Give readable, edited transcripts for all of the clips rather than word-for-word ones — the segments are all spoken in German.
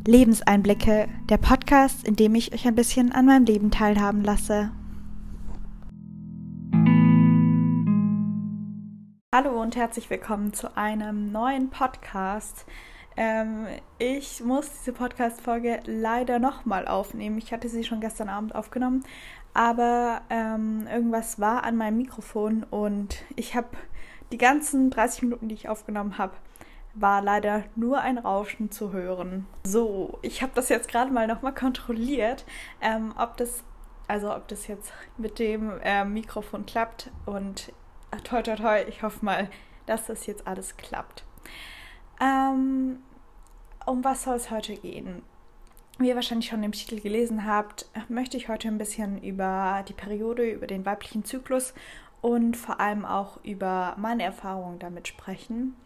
Lebenseinblicke, der Podcast, in dem ich euch ein bisschen an meinem Leben teilhaben lasse. Hallo und herzlich willkommen zu einem neuen Podcast. Ich muss diese Podcast-Folge leider nochmal aufnehmen. Ich hatte sie schon gestern Abend aufgenommen, aber irgendwas war an meinem Mikrofon und ich habe die ganzen 30 Minuten, die ich aufgenommen habe, war leider nur ein Rauschen zu hören. So, ich habe das jetzt gerade mal nochmal kontrolliert, ob das jetzt mit dem Mikrofon klappt und toi toi toi, ich hoffe mal, dass das jetzt alles klappt. Um was soll es heute gehen? Wie ihr wahrscheinlich schon im Titel gelesen habt, möchte ich heute ein bisschen über die Periode, über den weiblichen Zyklus und vor allem auch über meine Erfahrungen damit sprechen.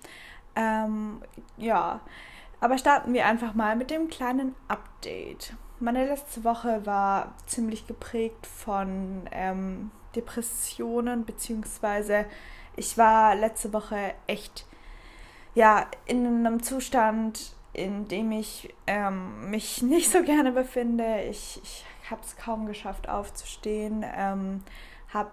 Aber starten wir einfach mal mit dem kleinen Update. Meine letzte Woche war ziemlich geprägt von Depressionen, beziehungsweise ich war letzte Woche echt in einem Zustand, in dem ich mich nicht so gerne befinde. Ich habe es kaum geschafft aufzustehen, habe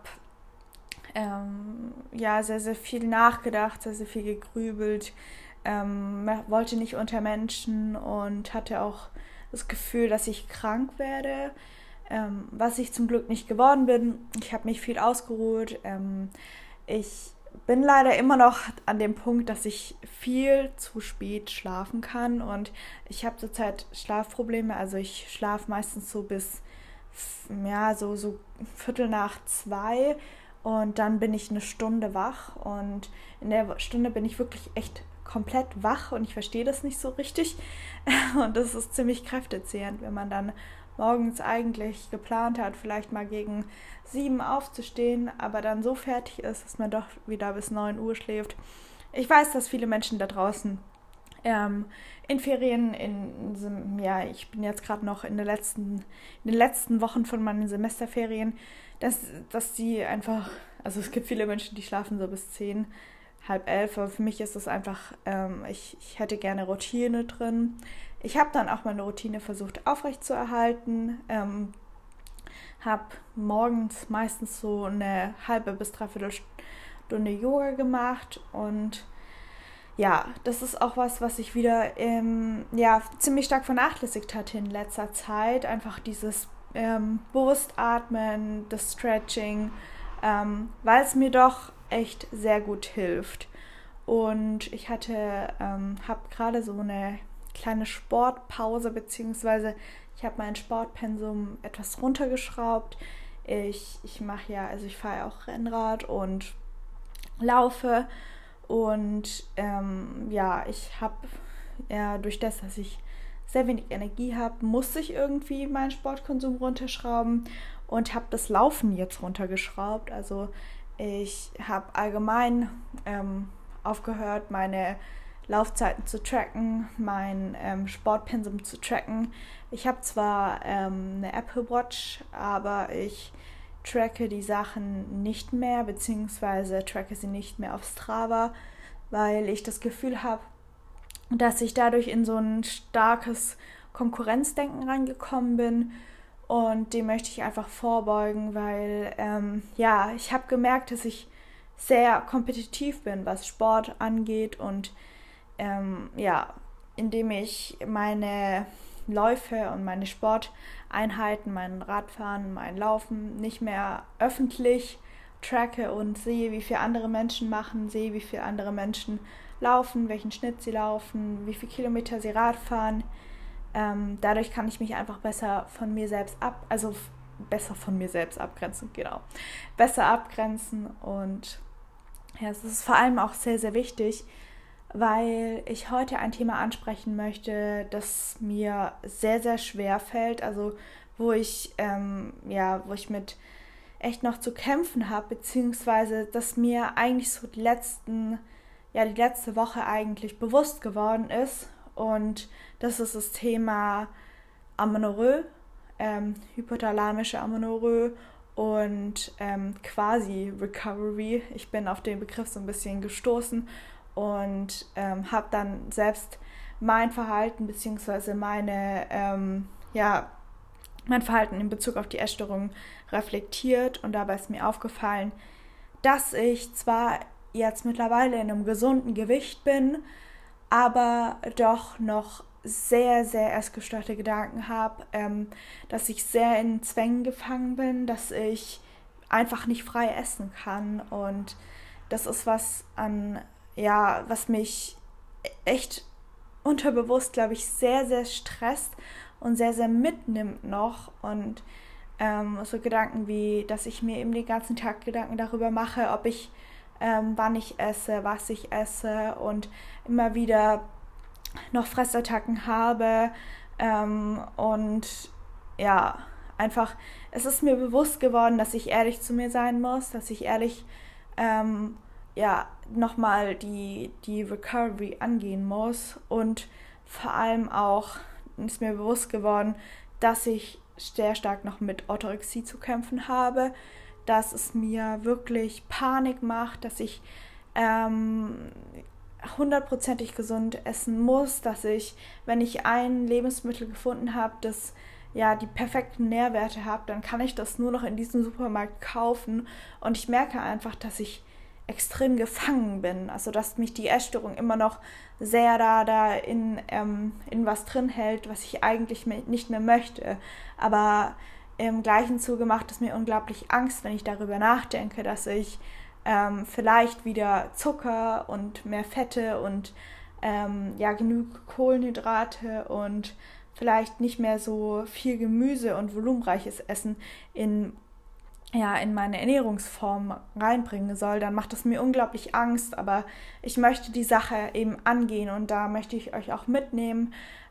sehr, sehr viel nachgedacht, sehr, sehr viel gegrübelt, wollte nicht unter Menschen und hatte auch das Gefühl, dass ich krank werde, was ich zum Glück nicht geworden bin. Ich habe mich viel ausgeruht. Ich bin leider immer noch an dem Punkt, dass ich viel zu spät schlafen kann und ich habe zurzeit Schlafprobleme. Also ich schlafe meistens so bis so 1:45 und dann bin ich eine Stunde wach und in der Stunde bin ich wirklich echt komplett wach und ich verstehe das nicht so richtig und das ist ziemlich kräftezehrend, wenn man dann morgens eigentlich geplant hat, vielleicht mal gegen 7 aufzustehen, aber dann so fertig ist, dass man doch wieder bis 9 Uhr schläft. Ich weiß, dass viele Menschen da draußen in Ferien, ich bin jetzt gerade noch in den letzten Wochen von meinen Semesterferien, dass die einfach, also es gibt viele Menschen, die schlafen so bis 10, halb 11, aber für mich ist es einfach, ich hätte gerne Routine drin. Ich habe dann auch meine Routine versucht aufrechtzuerhalten, habe morgens meistens so eine halbe bis dreiviertel Stunde Yoga gemacht und ja, das ist auch was ich wieder ziemlich stark vernachlässigt hatte in letzter Zeit. Einfach dieses Bewusstatmen, das Stretching, weil es mir doch echt sehr gut hilft. Und ich habe gerade so eine kleine Sportpause, beziehungsweise ich habe mein Sportpensum etwas runtergeschraubt. Ich fahre ja auch Rennrad und laufe. Und ich habe durch das, dass ich sehr wenig Energie habe, musste ich irgendwie meinen Sportkonsum runterschrauben und habe das Laufen jetzt runtergeschraubt. Also ich habe allgemein aufgehört, meine Laufzeiten zu tracken, mein Sportpensum zu tracken. Ich habe zwar eine Apple Watch, aber ich tracke die Sachen nicht mehr, beziehungsweise tracke sie nicht mehr auf Strava, weil ich das Gefühl habe, dass ich dadurch in so ein starkes Konkurrenzdenken reingekommen bin und dem möchte ich einfach vorbeugen, weil ich habe gemerkt, dass ich sehr kompetitiv bin, was Sport angeht und indem ich meine Läufe und meine Sporteinheiten, mein Radfahren, mein Laufen nicht mehr öffentlich tracke und sehe, wie viele andere Menschen machen, sehe, wie viele andere Menschen laufen, welchen Schnitt sie laufen, wie viele Kilometer sie Rad fahren. Dadurch kann ich mich einfach besser von mir selbst abgrenzen, genau. Besser abgrenzen und es ist vor allem auch sehr, sehr wichtig, weil ich heute ein Thema ansprechen möchte, das mir sehr, sehr schwer fällt, also wo ich mit echt noch zu kämpfen habe, beziehungsweise das mir eigentlich so die letzte Woche eigentlich bewusst geworden ist und das ist das Thema Amenorrhoe, hypothalamische Amenorrhoe und Quasi-Recovery. Ich bin auf den Begriff so ein bisschen gestoßen und habe dann selbst mein Verhalten bzw. mein Verhalten in Bezug auf die Essstörung reflektiert. Und dabei ist mir aufgefallen, dass ich zwar jetzt mittlerweile in einem gesunden Gewicht bin, aber doch noch sehr, sehr essgestörte Gedanken habe, dass ich sehr in Zwängen gefangen bin, dass ich einfach nicht frei essen kann. Und das ist was mich echt unterbewusst, glaube ich, sehr, sehr stresst und sehr, sehr mitnimmt noch. Und so Gedanken wie, dass ich mir eben den ganzen Tag Gedanken darüber mache, wann ich esse, was ich esse und immer wieder noch Fressattacken habe. Und ja, einfach, es ist mir bewusst geworden, dass ich ehrlich zu mir sein muss, dass ich ehrlich nochmal die Recovery angehen muss. Und vor allem auch ist mir bewusst geworden, dass ich sehr stark noch mit Orthorexie zu kämpfen habe, dass es mir wirklich Panik macht, dass ich 100%ig gesund essen muss, dass ich, wenn ich ein Lebensmittel gefunden habe, das die perfekten Nährwerte hat, dann kann ich das nur noch in diesem Supermarkt kaufen. Und ich merke einfach, dass ich extrem gefangen bin. Also dass mich die Essstörung immer noch sehr da in was drin hält, was ich eigentlich nicht mehr möchte. Aber im gleichen Zuge macht es mir unglaublich Angst, wenn ich darüber nachdenke, dass ich vielleicht wieder Zucker und mehr Fette und genug Kohlenhydrate und vielleicht nicht mehr so viel Gemüse und volumenreiches Essen in meine Ernährungsform reinbringen soll, dann macht es mir unglaublich Angst, aber ich möchte die Sache eben angehen und da möchte ich euch auch mitnehmen.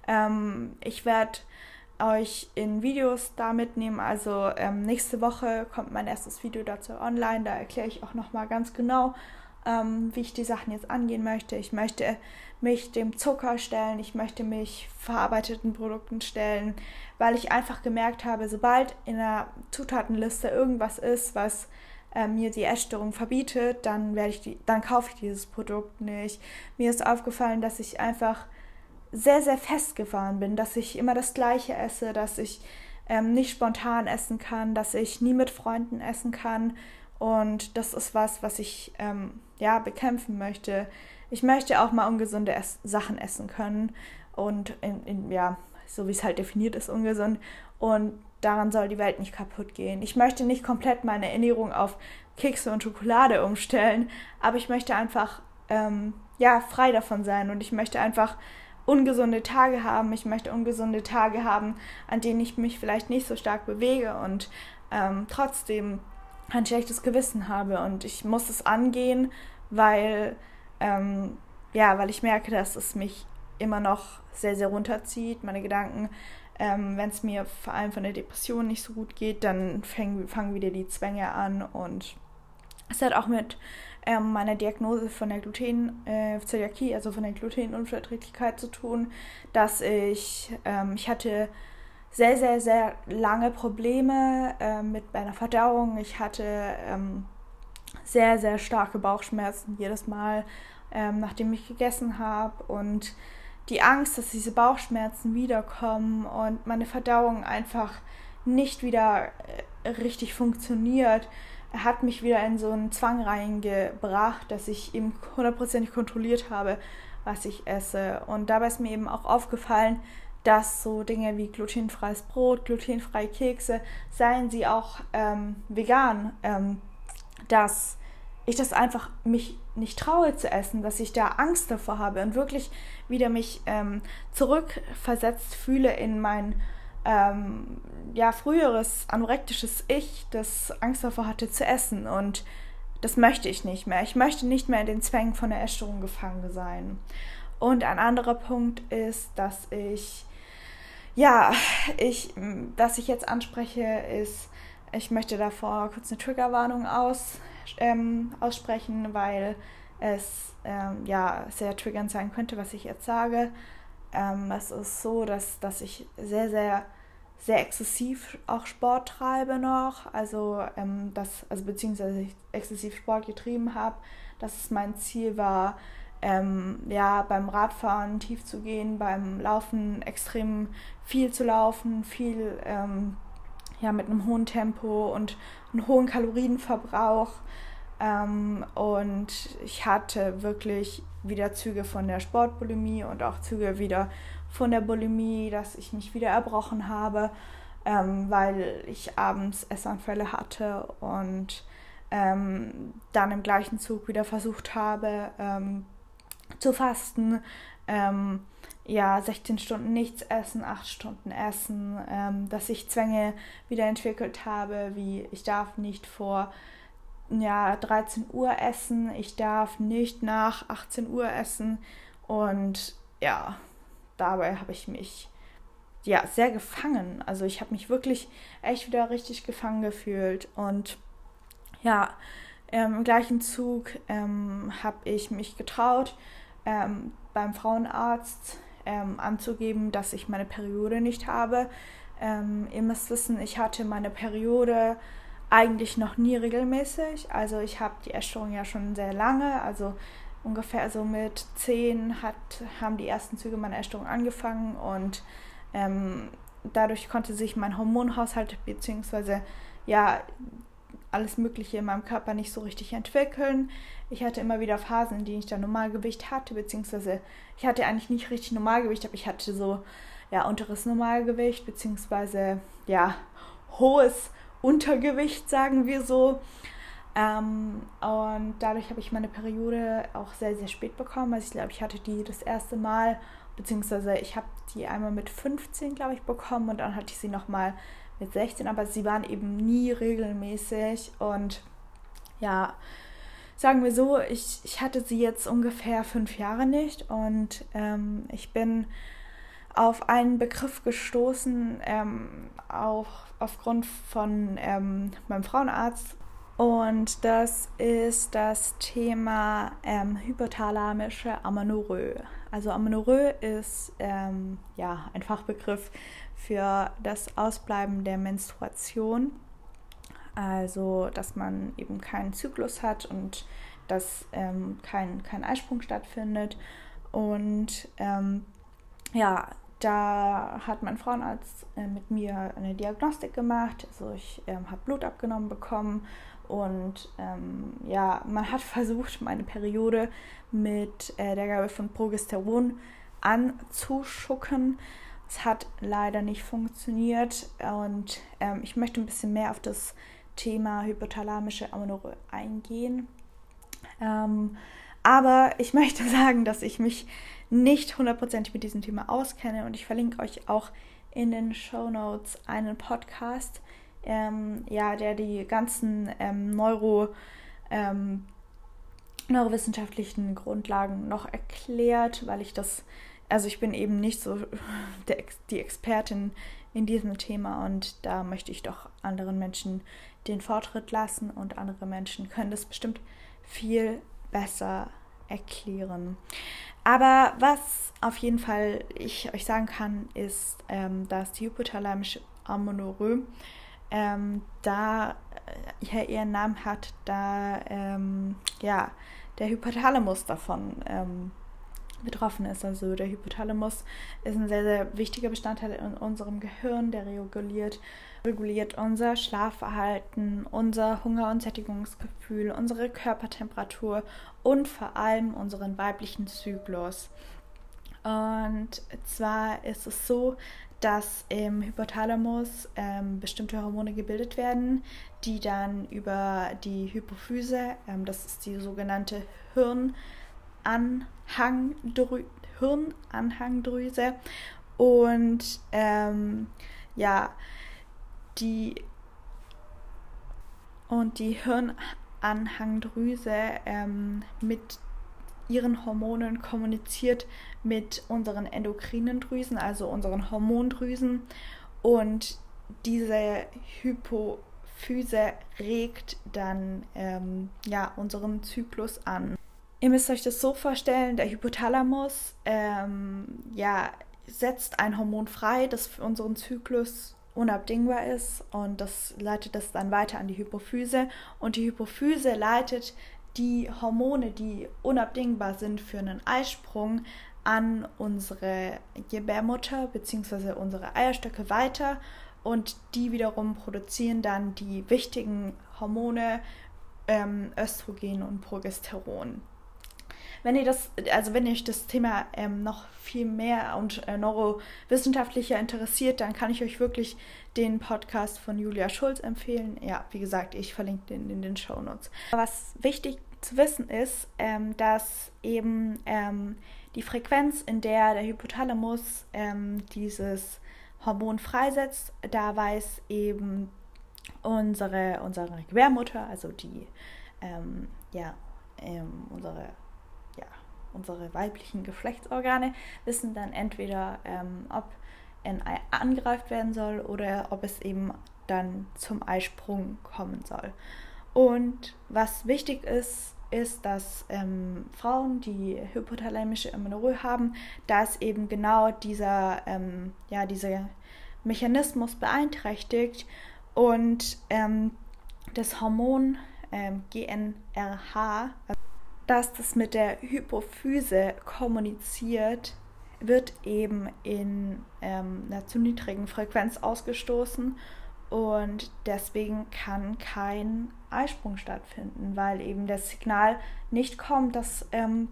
Ich werde euch in Videos da mitnehmen, also nächste Woche kommt mein erstes Video dazu online, da erkläre ich auch nochmal ganz genau, wie ich die Sachen jetzt angehen möchte. Ich möchte mich dem Zucker stellen, ich möchte mich verarbeiteten Produkten stellen, weil ich einfach gemerkt habe, sobald in der Zutatenliste irgendwas ist, was mir die Essstörung verbietet, dann kaufe ich dieses Produkt nicht. Mir ist aufgefallen, dass ich einfach sehr, sehr festgefahren bin, dass ich immer das Gleiche esse, dass ich nicht spontan essen kann, dass ich nie mit Freunden essen kann. Und das ist was ich bekämpfen möchte. Ich möchte auch mal ungesunde Sachen essen können und so wie es halt definiert ist, ungesund. Und daran soll die Welt nicht kaputt gehen. Ich möchte nicht komplett meine Ernährung auf Kekse und Schokolade umstellen, aber ich möchte einfach frei davon sein und ich möchte einfach ungesunde Tage haben. Ich möchte ungesunde Tage haben, an denen ich mich vielleicht nicht so stark bewege und trotzdem ein schlechtes Gewissen habe. Und ich muss es angehen, weil ich merke, dass es mich immer noch sehr, sehr runterzieht, meine Gedanken. Wenn es mir vor allem von der Depression nicht so gut geht, dann fangen wieder die Zwänge an. Und es hat auch mit meiner Diagnose von der Zöliakie, also von der Glutenunverträglichkeit zu tun, dass ich hatte sehr, sehr, sehr lange Probleme mit meiner Verdauung. Ich hatte sehr, sehr starke Bauchschmerzen jedes Mal, nachdem ich gegessen habe. Und die Angst, dass diese Bauchschmerzen wiederkommen und meine Verdauung einfach nicht wieder richtig funktioniert, hat mich wieder in so einen Zwang reingebracht, dass ich eben 100% kontrolliert habe, was ich esse. Und dabei ist mir eben auch aufgefallen, dass so Dinge wie glutenfreies Brot, glutenfreie Kekse, seien sie auch vegan, dass ich das einfach mich nicht traue zu essen, dass ich da Angst davor habe und wirklich wieder mich zurückversetzt fühle in mein früheres anorektisches Ich, das Angst davor hatte zu essen. Und das möchte ich nicht mehr. Ich möchte nicht mehr in den Zwängen von der Essstörung gefangen sein. Und ein anderer Punkt ist, dass was ich jetzt anspreche, ist, ich möchte davor kurz eine Triggerwarnung aussprechen, weil es sehr triggernd sein könnte, was ich jetzt sage. Es ist so, dass ich sehr, sehr, sehr exzessiv auch Sport treibe noch, beziehungsweise ich exzessiv Sport getrieben habe, dass es mein Ziel war, beim Radfahren tief zu gehen, beim Laufen extrem viel zu laufen, viel mit einem hohen Tempo und einem hohen Kalorienverbrauch. Und ich hatte wirklich wieder Züge von der Sportbulimie und auch Züge wieder von der Bulimie, dass ich mich wieder erbrochen habe, weil ich abends Essanfälle hatte und dann im gleichen Zug wieder versucht habe zu fasten. 16 Stunden nichts essen, 8 Stunden essen, dass ich Zwänge wieder entwickelt habe, wie ich darf nicht vor 13 Uhr essen, ich darf nicht nach 18 Uhr essen und dabei habe ich mich sehr gefangen. Also ich habe mich wirklich echt wieder richtig gefangen gefühlt und im gleichen Zug habe ich mich getraut, beim Frauenarzt anzugeben, dass ich meine Periode nicht habe. Ihr müsst wissen, ich hatte meine Periode eigentlich noch nie regelmäßig. Also ich habe die Essstörung ja schon sehr lange, also ungefähr so mit 10 haben die ersten Züge meiner Essstörung angefangen und dadurch konnte sich mein Hormonhaushalt bzw. alles Mögliche in meinem Körper nicht so richtig entwickeln. Ich hatte immer wieder Phasen, in denen ich dann Normalgewicht hatte, beziehungsweise ich hatte eigentlich nicht richtig Normalgewicht, aber ich hatte so unteres Normalgewicht, beziehungsweise hohes Untergewicht, sagen wir so. Und dadurch habe ich meine Periode auch sehr, sehr spät bekommen. Also ich glaube, ich hatte die das erste Mal, beziehungsweise ich habe die einmal mit 15, glaube ich, bekommen und dann hatte ich sie nochmal mit 16, aber sie waren eben nie regelmäßig und sagen wir so, ich hatte sie jetzt ungefähr 5 Jahre nicht und ich bin auf einen Begriff gestoßen, auch aufgrund von meinem Frauenarzt. Und das ist das Thema hypothalamische Amenorrhoe. Also Amenorrhoe ist ein Fachbegriff für das Ausbleiben der Menstruation. Also dass man eben keinen Zyklus hat und dass kein Eisprung stattfindet. Und da hat mein Frauenarzt mit mir eine Diagnostik gemacht. Also ich habe Blut abgenommen bekommen und man hat versucht, meine Periode mit der Gabe von Progesteron anzuschucken. Es hat leider nicht funktioniert und ich möchte ein bisschen mehr auf das Thema hypothalamische Amenorrhoe eingehen. Aber ich möchte sagen, dass ich mich nicht 100% mit diesem Thema auskenne und ich verlinke euch auch in den Shownotes einen Podcast, der die ganzen neurowissenschaftlichen Grundlagen noch erklärt, weil ich bin eben nicht so die Expertin in diesem Thema und da möchte ich doch anderen Menschen den Vortritt lassen und andere Menschen können das bestimmt viel besser erklären. Aber was auf jeden Fall ich euch sagen kann, ist, dass die hypothalamische Amenorrhoe da ihren Namen hat, da der Hypothalamus davon betroffen ist. Also der Hypothalamus ist ein sehr, sehr wichtiger Bestandteil in unserem Gehirn, der reguliert unser Schlafverhalten, unser Hunger- und Sättigungsgefühl, unsere Körpertemperatur und vor allem unseren weiblichen Zyklus. Und zwar ist es so, dass im Hypothalamus bestimmte Hormone gebildet werden, die dann über die Hypophyse, das ist die sogenannte Hirnanhangdrüse und die Hirnanhangdrüse mit ihren Hormonen kommuniziert mit unseren endokrinen Drüsen, also unseren Hormondrüsen, und diese Hypophyse regt dann unseren Zyklus an. Ihr müsst euch das so vorstellen, der Hypothalamus setzt ein Hormon frei, das für unseren Zyklus unabdingbar ist und das leitet das dann weiter an die Hypophyse und die Hypophyse leitet die Hormone, die unabdingbar sind für einen Eisprung, an unsere Gebärmutter bzw. unsere Eierstöcke weiter und die wiederum produzieren dann die wichtigen Hormone Östrogen und Progesteron. Wenn euch das Thema noch viel mehr und neurowissenschaftlicher interessiert, dann kann ich euch wirklich den Podcast von Julia Schulz empfehlen. Ja, wie gesagt, ich verlinke den in den Shownotes. Was wichtig zu wissen ist, dass eben die Frequenz, in der der Hypothalamus dieses Hormon freisetzt, da weiß eben unsere Gebärmutter, also die unsere weiblichen Geschlechtsorgane, wissen dann entweder, ob ein Ei angreift werden soll oder ob es eben dann zum Eisprung kommen soll. Und was wichtig ist, dass Frauen, die hypothalamische Amenorrhoe haben, da ist eben genau dieser Mechanismus beeinträchtigt und das Hormon GnRH, das mit der Hypophyse kommuniziert, wird eben in einer zu niedrigen Frequenz ausgestoßen und deswegen kann kein Eisprung stattfinden, weil eben das Signal nicht kommt, dass ein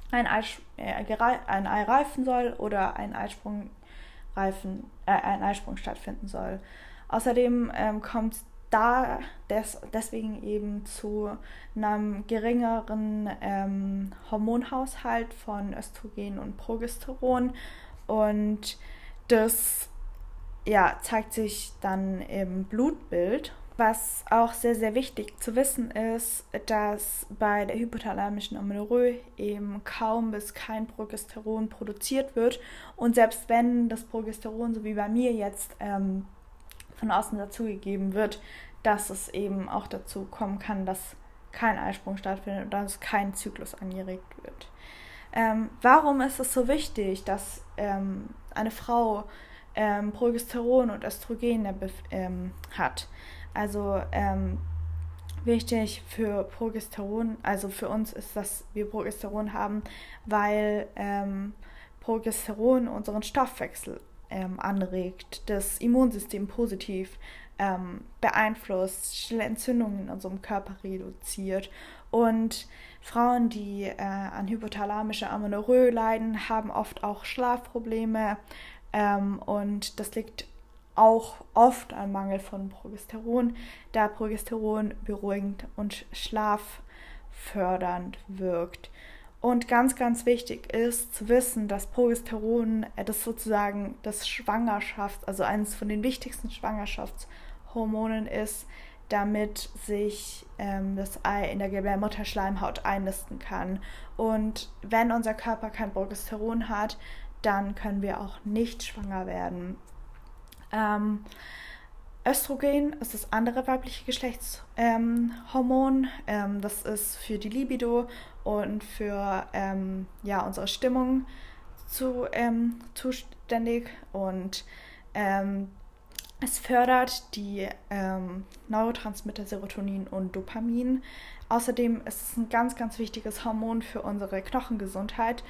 Ei reifen soll oder ein Eisprung stattfinden soll. Außerdem kommt es deswegen eben zu einem geringeren Hormonhaushalt von Östrogen und Progesteron und das zeigt sich dann im Blutbild. Was auch sehr, sehr wichtig zu wissen ist, dass bei der hypothalamischen Amenorrhoe eben kaum bis kein Progesteron produziert wird und selbst wenn das Progesteron, so wie bei mir jetzt, von außen dazugegeben wird, dass es eben auch dazu kommen kann, dass kein Eisprung stattfindet und dass kein Zyklus angeregt wird. Warum ist es so wichtig, dass eine Frau Progesteron und Östrogen hat? Also wichtig für Progesteron, also für uns ist, dass wir Progesteron haben, weil Progesteron unseren Stoffwechsel anregt, das Immunsystem positiv beeinflusst, stille Entzündungen in unserem Körper reduziert und Frauen, die an hypothalamischer Amenorrhoe leiden, haben oft auch Schlafprobleme und das liegt auch oft am Mangel von Progesteron, da Progesteron beruhigend und schlaffördernd wirkt. Und ganz, ganz wichtig ist zu wissen, dass Progesteron das sozusagen das also eines von den wichtigsten Schwangerschaftshormonen ist, damit sich das Ei in der Gebärmutterschleimhaut einnisten kann. Und wenn unser Körper kein Progesteron hat, dann können wir auch nicht schwanger werden. Östrogen ist das andere weibliche Geschlechtshormon. Das ist für die Libido und für unsere Stimmung zuständig und es fördert die Neurotransmitter Serotonin und Dopamin. Außerdem ist es ein ganz, ganz wichtiges Hormon für unsere Knochengesundheit.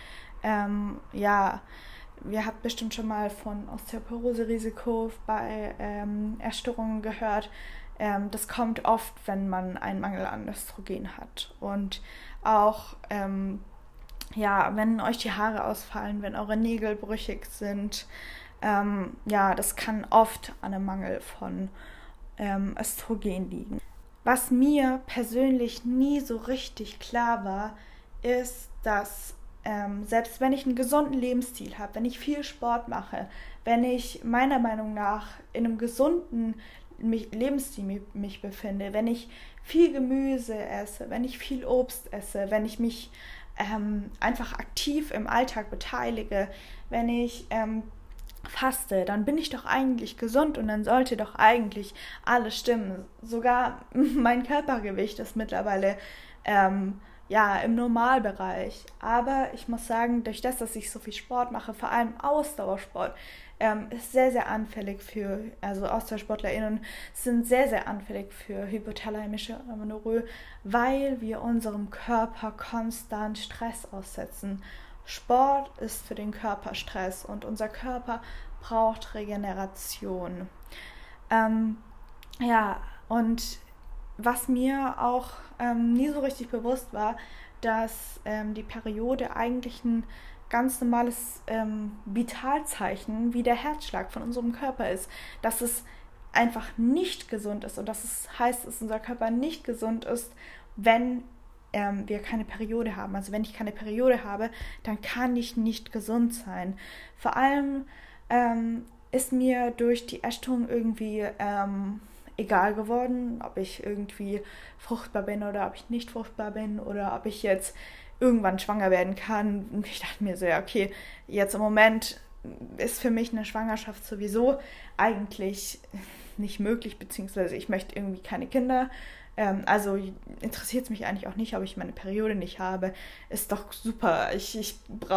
Ihr habt bestimmt schon mal von Osteoporose-Risiko bei Essstörungen gehört. Das kommt oft, wenn man einen Mangel an Östrogen hat. Und auch, wenn euch die Haare ausfallen, wenn eure Nägel brüchig sind, das kann oft an einem Mangel von Östrogen liegen. Was mir persönlich nie so richtig klar war, ist, dass selbst wenn ich einen gesunden Lebensstil habe, wenn ich viel Sport mache, wenn ich meiner Meinung nach in einem gesunden Lebensstil mich befinde, wenn ich viel Gemüse esse, wenn ich viel Obst esse, wenn ich mich einfach aktiv im Alltag beteilige, wenn ich faste, dann bin ich doch eigentlich gesund und dann sollte doch eigentlich alles stimmen. Sogar mein Körpergewicht ist mittlerweile ja, im Normalbereich. Aber ich muss sagen, durch das, dass ich so viel Sport mache, vor allem Ausdauersport, ist sehr, sehr anfällig also AusdauersportlerInnen sind sehr, sehr anfällig für hypothalamische Amenorrhoe, weil wir unserem Körper konstant Stress aussetzen. Sport ist für den Körper Stress und unser Körper braucht Regeneration. Ja, und was mir auch nie so richtig bewusst war, dass die Periode eigentlich ein ganz normales Vitalzeichen wie der Herzschlag von unserem Körper ist. Dass es einfach nicht gesund ist und dass es heißt, dass unser Körper nicht gesund ist, wenn wir keine Periode haben. Also wenn ich keine Periode habe, dann kann ich nicht gesund sein. Vor allem ist mir durch die Essstörung irgendwie egal geworden, ob ich irgendwie fruchtbar bin oder ob ich nicht fruchtbar bin oder ob ich jetzt irgendwann schwanger werden kann. Und ich dachte mir so, ja, okay, jetzt im Moment ist für mich eine Schwangerschaft sowieso eigentlich nicht möglich, beziehungsweise ich möchte irgendwie keine Kinder. Also interessiert es mich eigentlich auch nicht, ob ich meine Periode nicht habe. Ist doch super. Ich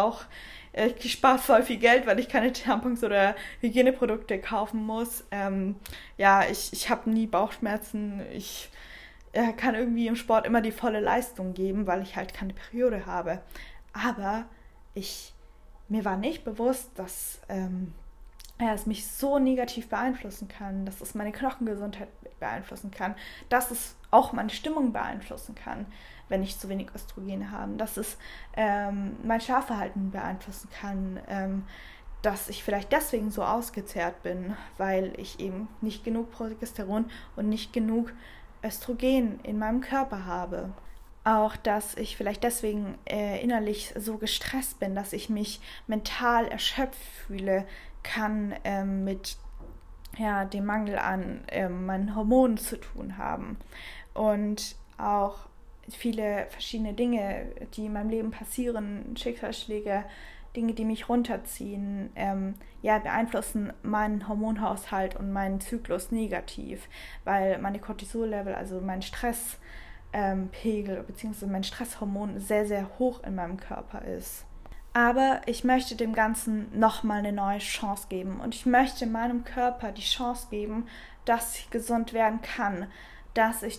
spare voll viel Geld, weil ich keine Tampons oder Hygieneprodukte kaufen muss. Ja, ich habe nie Bauchschmerzen. Ich kann irgendwie im Sport immer die volle Leistung geben, weil ich halt keine Periode habe. Aber mir war nicht bewusst, dass es mich so negativ beeinflussen kann, dass es meine Knochengesundheit beeinflussen kann, dass es auch meine Stimmung beeinflussen kann, wenn ich zu wenig Östrogen habe, dass es mein Schlafverhalten beeinflussen kann, dass ich vielleicht deswegen so ausgezehrt bin, weil ich eben nicht genug Progesteron und nicht genug Östrogen in meinem Körper habe. Auch, dass ich vielleicht deswegen innerlich so gestresst bin, dass ich mich mental erschöpft fühle, kann mit dem Mangel an meinen Hormonen zu tun haben. Und auch viele verschiedene Dinge, die in meinem Leben passieren, Schicksalsschläge, Dinge, die mich runterziehen, beeinflussen meinen Hormonhaushalt und meinen Zyklus negativ, weil meine Cortisol-Level, also mein Stresspegel bzw. mein Stresshormon sehr, sehr hoch in meinem Körper ist. Aber ich möchte dem Ganzen nochmal eine neue Chance geben und ich möchte meinem Körper die Chance geben, dass ich gesund werden kann, dass ich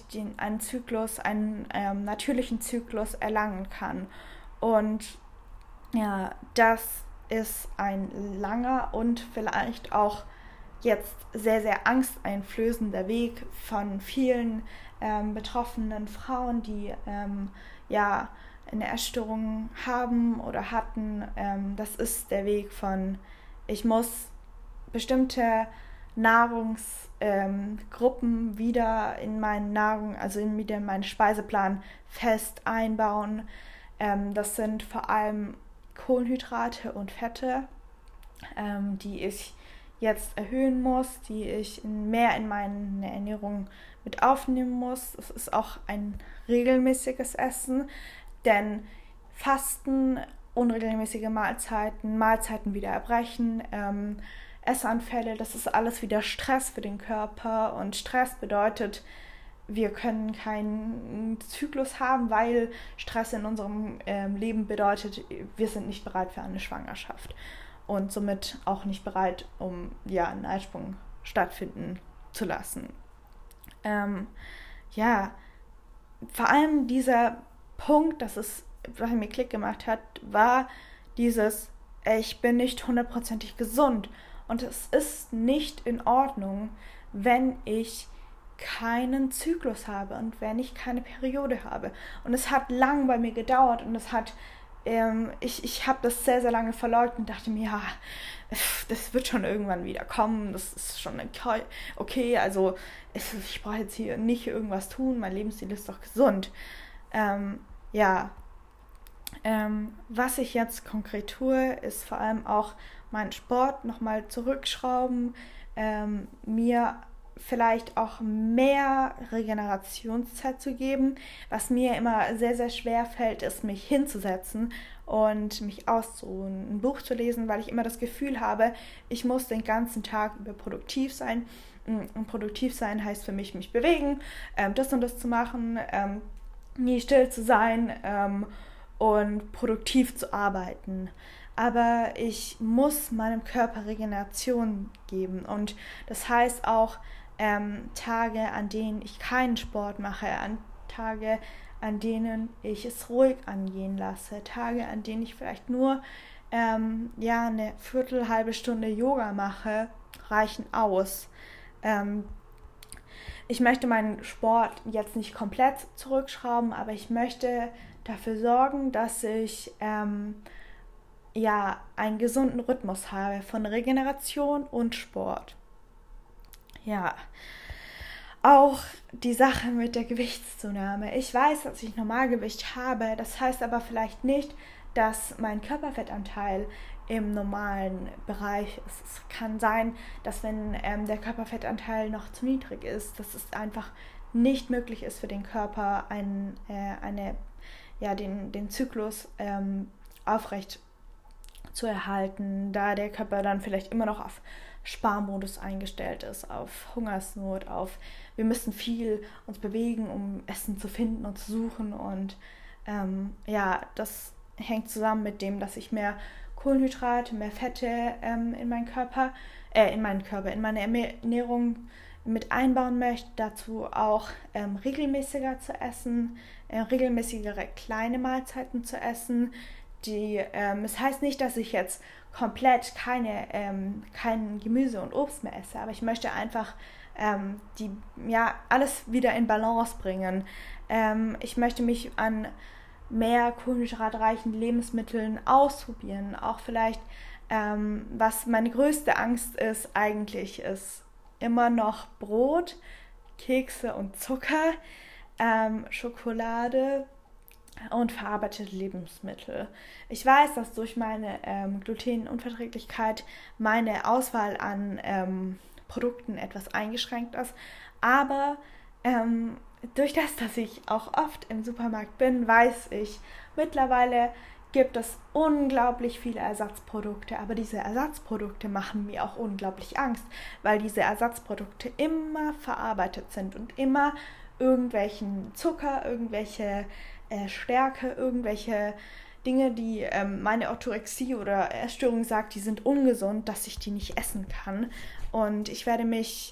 einen natürlichen Zyklus erlangen kann. Und ja, das ist ein langer und vielleicht auch jetzt sehr, sehr angsteinflößender Weg von vielen betroffenen Frauen, die eine Essstörung haben oder hatten. Das ist der Weg von, ich muss bestimmte Nahrungsgruppen wieder in wieder in meinen Speiseplan fest einbauen. Das sind vor allem Kohlenhydrate und Fette, die ich jetzt erhöhen muss, die ich mehr in meine Ernährung mit aufnehmen muss. Es ist auch ein regelmäßiges Essen, denn Fasten, unregelmäßige Mahlzeiten wieder erbrechen, Essanfälle, das ist alles wieder Stress für den Körper und Stress bedeutet, wir können keinen Zyklus haben, weil Stress in unserem Leben bedeutet, wir sind nicht bereit für eine Schwangerschaft und somit auch nicht bereit, um einen Eisprung stattfinden zu lassen. Vor allem dieser Punkt, was mir Klick gemacht hat, war dieses, ich bin nicht hundertprozentig gesund und es ist nicht in Ordnung, wenn ich keinen Zyklus habe und wenn ich keine Periode habe. Und es hat lang bei mir gedauert und ich habe das sehr, sehr lange verleugnet und dachte mir, ja, das wird schon irgendwann wieder kommen, das ist schon okay, also ich brauche jetzt hier nicht irgendwas tun, mein Lebensstil ist doch gesund. Was ich jetzt konkret tue, ist vor allem auch meinen Sport nochmal zurückschrauben, mir vielleicht auch mehr Regenerationszeit zu geben. Was mir immer sehr, sehr schwer fällt, ist, mich hinzusetzen und mich auszuruhen, ein Buch zu lesen, weil ich immer das Gefühl habe, ich muss den ganzen Tag über produktiv sein. Und produktiv sein heißt für mich bewegen, das und das zu machen, nie still zu sein und produktiv zu arbeiten. Aber ich muss meinem Körper Regeneration geben. Und das heißt auch Tage, an denen ich keinen Sport mache, an Tage, an denen ich es ruhig angehen lasse, Tage, an denen ich vielleicht nur eine halbe Stunde Yoga mache, reichen aus. Ich möchte meinen Sport jetzt nicht komplett zurückschrauben, aber ich möchte dafür sorgen, dass ich einen gesunden Rhythmus habe von Regeneration und Sport. Ja, auch die Sache mit der Gewichtszunahme. Ich weiß, dass ich Normalgewicht habe, das heißt aber vielleicht nicht, dass mein Körperfettanteil im normalen Bereich ist. Es kann sein, dass wenn der Körperfettanteil noch zu niedrig ist, dass es einfach nicht möglich ist für den Körper, den Zyklus aufrecht zu erhalten, da der Körper dann vielleicht immer noch auf Sparmodus eingestellt ist, auf Hungersnot, auf wir müssen viel uns bewegen, um Essen zu finden und zu suchen. Und das hängt zusammen mit dem, dass ich mehr Kohlenhydrate, mehr Fette in meine Ernährung mit einbauen möchte. Dazu auch regelmäßiger zu essen, regelmäßigere kleine Mahlzeiten zu essen. Es heißt nicht, dass ich jetzt komplett kein Gemüse und Obst mehr esse, aber ich möchte einfach alles wieder in Balance bringen. Ich möchte mich an mehr kohlenhydratreichen Lebensmitteln ausprobieren. Auch vielleicht, was meine größte Angst ist eigentlich, ist immer noch Brot, Kekse und Zucker, Schokolade und verarbeitete Lebensmittel. Ich weiß, dass durch meine Glutenunverträglichkeit meine Auswahl an Produkten etwas eingeschränkt ist, aber durch das, dass ich auch oft im Supermarkt bin, weiß ich, mittlerweile gibt es unglaublich viele Ersatzprodukte, aber diese Ersatzprodukte machen mir auch unglaublich Angst, weil diese Ersatzprodukte immer verarbeitet sind und immer irgendwelchen Zucker, irgendwelche Stärke, irgendwelche Dinge, die meine Orthorexie oder Essstörung sagt, die sind ungesund, dass ich die nicht essen kann. Und ich werde mich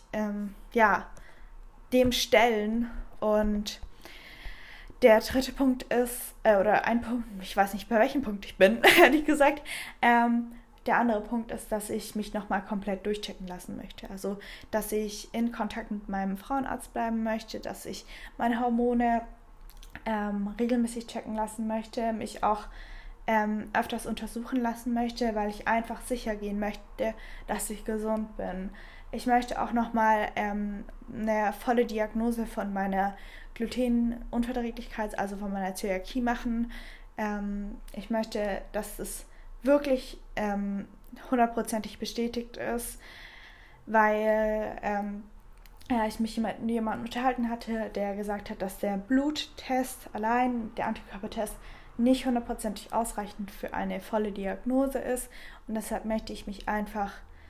dem stellen. Und der dritte Punkt ist, oder ein Punkt, ich weiß nicht, bei welchem Punkt ich bin, ehrlich gesagt, der andere Punkt ist, dass ich mich nochmal komplett durchchecken lassen möchte. Also, dass ich in Kontakt mit meinem Frauenarzt bleiben möchte, dass ich meine Hormone regelmäßig checken lassen möchte, mich auch öfters untersuchen lassen möchte, weil ich einfach sicher gehen möchte, dass ich gesund bin. Ich möchte auch nochmal eine volle Diagnose von meiner Glutenunverträglichkeit, also von meiner Zöliakie machen. Ich möchte, dass es wirklich 100%ig bestätigt ist, weil ich mich mit jemandem unterhalten hatte, der gesagt hat, dass der Bluttest allein, der Antikörpertest, nicht 100%ig ausreichend für eine volle Diagnose ist. Und deshalb möchte ich mich einfach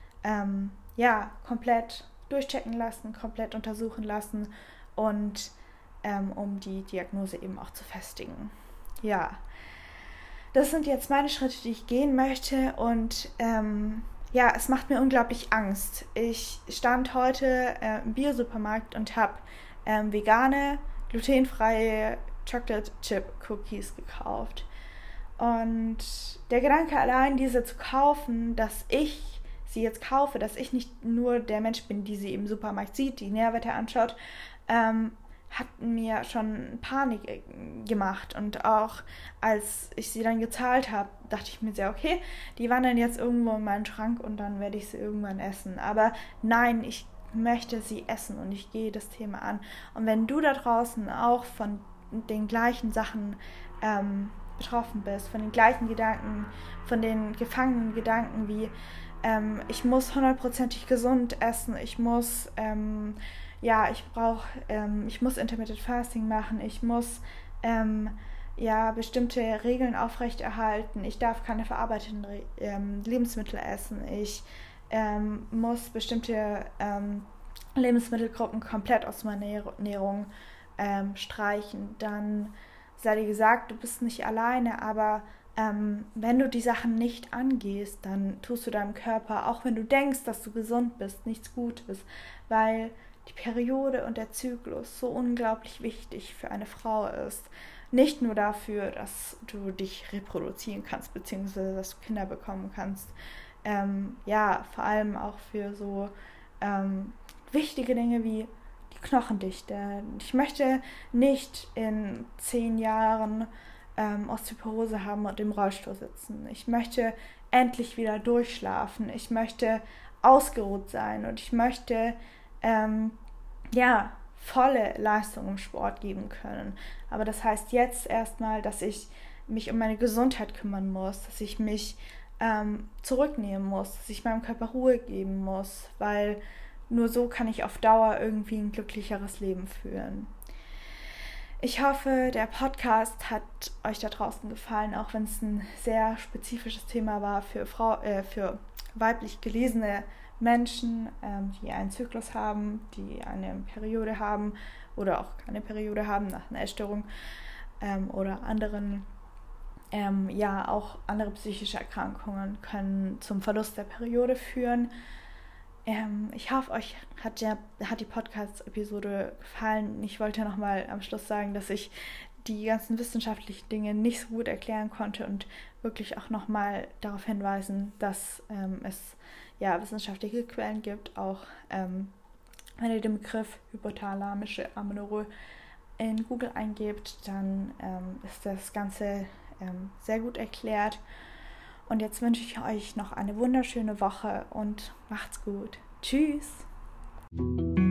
komplett durchchecken lassen, komplett untersuchen lassen und um die Diagnose eben auch zu festigen. Ja, das sind jetzt meine Schritte, die ich gehen möchte und es macht mir unglaublich Angst. Ich stand heute im Bio-Supermarkt und habe vegane, glutenfreie Chocolate Chip Cookies gekauft. Und der Gedanke allein, diese zu kaufen, dass ich sie jetzt kaufe, dass ich nicht nur der Mensch bin, die sie im Supermarkt sieht, die Nährwerte anschaut, hat mir schon Panik gemacht. Und auch als ich sie dann gezahlt habe, dachte ich mir sehr, okay, die wandern jetzt irgendwo in meinen Schrank und dann werde ich sie irgendwann essen. Aber nein, ich möchte sie essen und ich gehe das Thema an. Und wenn du da draußen auch von den gleichen Sachen betroffen bist, von den gleichen Gedanken, von den gefangenen Gedanken wie ich muss 100%ig gesund essen, ich muss ich muss Intermittent Fasting machen, ich muss bestimmte Regeln aufrechterhalten, ich darf keine verarbeiteten Lebensmittel essen, ich muss bestimmte Lebensmittelgruppen komplett aus meiner Ernährung streichen, dann sei dir gesagt, du bist nicht alleine, aber wenn du die Sachen nicht angehst, dann tust du deinem Körper, auch wenn du denkst, dass du gesund bist, nichts Gutes, weil die Periode und der Zyklus so unglaublich wichtig für eine Frau ist. Nicht nur dafür, dass du dich reproduzieren kannst, beziehungsweise dass du Kinder bekommen kannst. Vor allem auch für so wichtige Dinge wie die Knochendichte. Ich möchte nicht in 10 Jahren Osteoporose haben und im Rollstuhl sitzen. Ich möchte endlich wieder durchschlafen. Ich möchte ausgeruht sein und ich möchte volle Leistung im Sport geben können. Aber das heißt jetzt erstmal, dass ich mich um meine Gesundheit kümmern muss, dass ich mich zurücknehmen muss, dass ich meinem Körper Ruhe geben muss, weil nur so kann ich auf Dauer irgendwie ein glücklicheres Leben führen. Ich hoffe, der Podcast hat euch da draußen gefallen, auch wenn es ein sehr spezifisches Thema war für weiblich gelesene Menschen, die einen Zyklus haben, die eine Periode haben oder auch keine Periode haben nach einer Essstörung oder anderen, auch andere psychische Erkrankungen können zum Verlust der Periode führen. Ich hoffe, euch hat die Podcast-Episode gefallen. Ich wollte nochmal am Schluss sagen, dass ich die ganzen wissenschaftlichen Dinge nicht so gut erklären konnte und wirklich auch nochmal darauf hinweisen, dass es wissenschaftliche Quellen gibt. Auch wenn ihr den Begriff hypothalamische Amenorrhoe in Google eingebt, dann ist das Ganze sehr gut erklärt. Und jetzt wünsche ich euch noch eine wunderschöne Woche und macht's gut. Tschüss!